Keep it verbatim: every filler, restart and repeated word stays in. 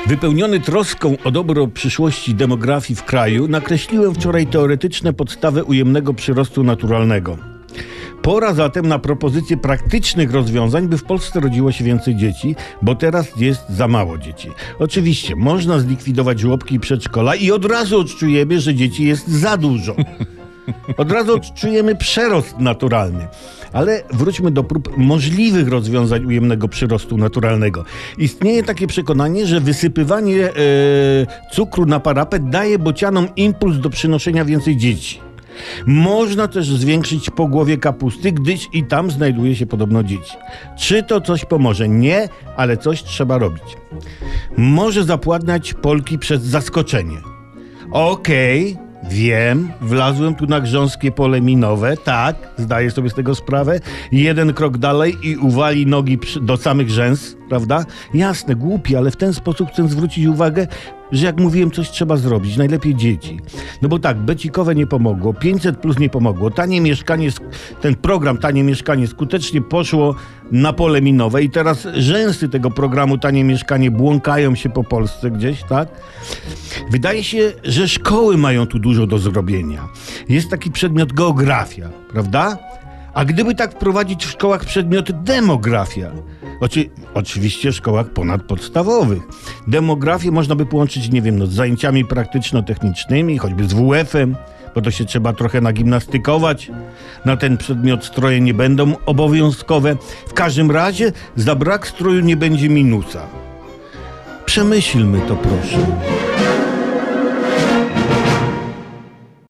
Wypełniony troską o dobro przyszłości demografii w kraju, nakreśliłem wczoraj teoretyczne podstawy ujemnego przyrostu naturalnego. Pora zatem na propozycję praktycznych rozwiązań, by w Polsce rodziło się więcej dzieci, bo teraz jest za mało dzieci. Oczywiście można zlikwidować żłobki i przedszkola i od razu odczujemy, że dzieci jest za dużo. Od razu odczujemy przerost naturalny. Ale wróćmy do prób możliwych rozwiązań ujemnego przyrostu naturalnego. Istnieje takie przekonanie, że wysypywanie e, cukru na parapet daje bocianom impuls do przynoszenia więcej dzieci. Można też zwiększyć pogłowie kapusty, gdyż i tam znajduje się podobno dzieci. Czy to coś pomoże? Nie, ale coś trzeba robić. Może zapładniać Polki przez zaskoczenie. Okej. Okay. Wiem, wlazłem tu na grząskie pole minowe, tak, zdaję sobie z tego sprawę. Jeden krok dalej i uwali nogi do samych rzęs, prawda? Jasne, głupie, ale w ten sposób chcę zwrócić uwagę, że jak mówiłem, coś trzeba zrobić, najlepiej dzieci. No bo tak, becikowe nie pomogło, pięćset plus nie pomogło, tanie mieszkanie, ten program Tanie Mieszkanie skutecznie poszło na pole minowe i teraz rzęsy tego programu Tanie Mieszkanie błąkają się po Polsce gdzieś, tak? Wydaje się, że szkoły mają tu dużo do zrobienia. Jest taki przedmiot geografia, prawda? A gdyby tak wprowadzić w szkołach przedmiot demografia, Oczy, oczywiście w szkołach ponadpodstawowych. Demografię można by połączyć, nie wiem, no, z zajęciami praktyczno-technicznymi, choćby z W F-em, bo to się trzeba trochę nagimnastykować. Na ten przedmiot stroje nie będą obowiązkowe. W każdym razie za brak stroju nie będzie minusa. Przemyślmy to, proszę.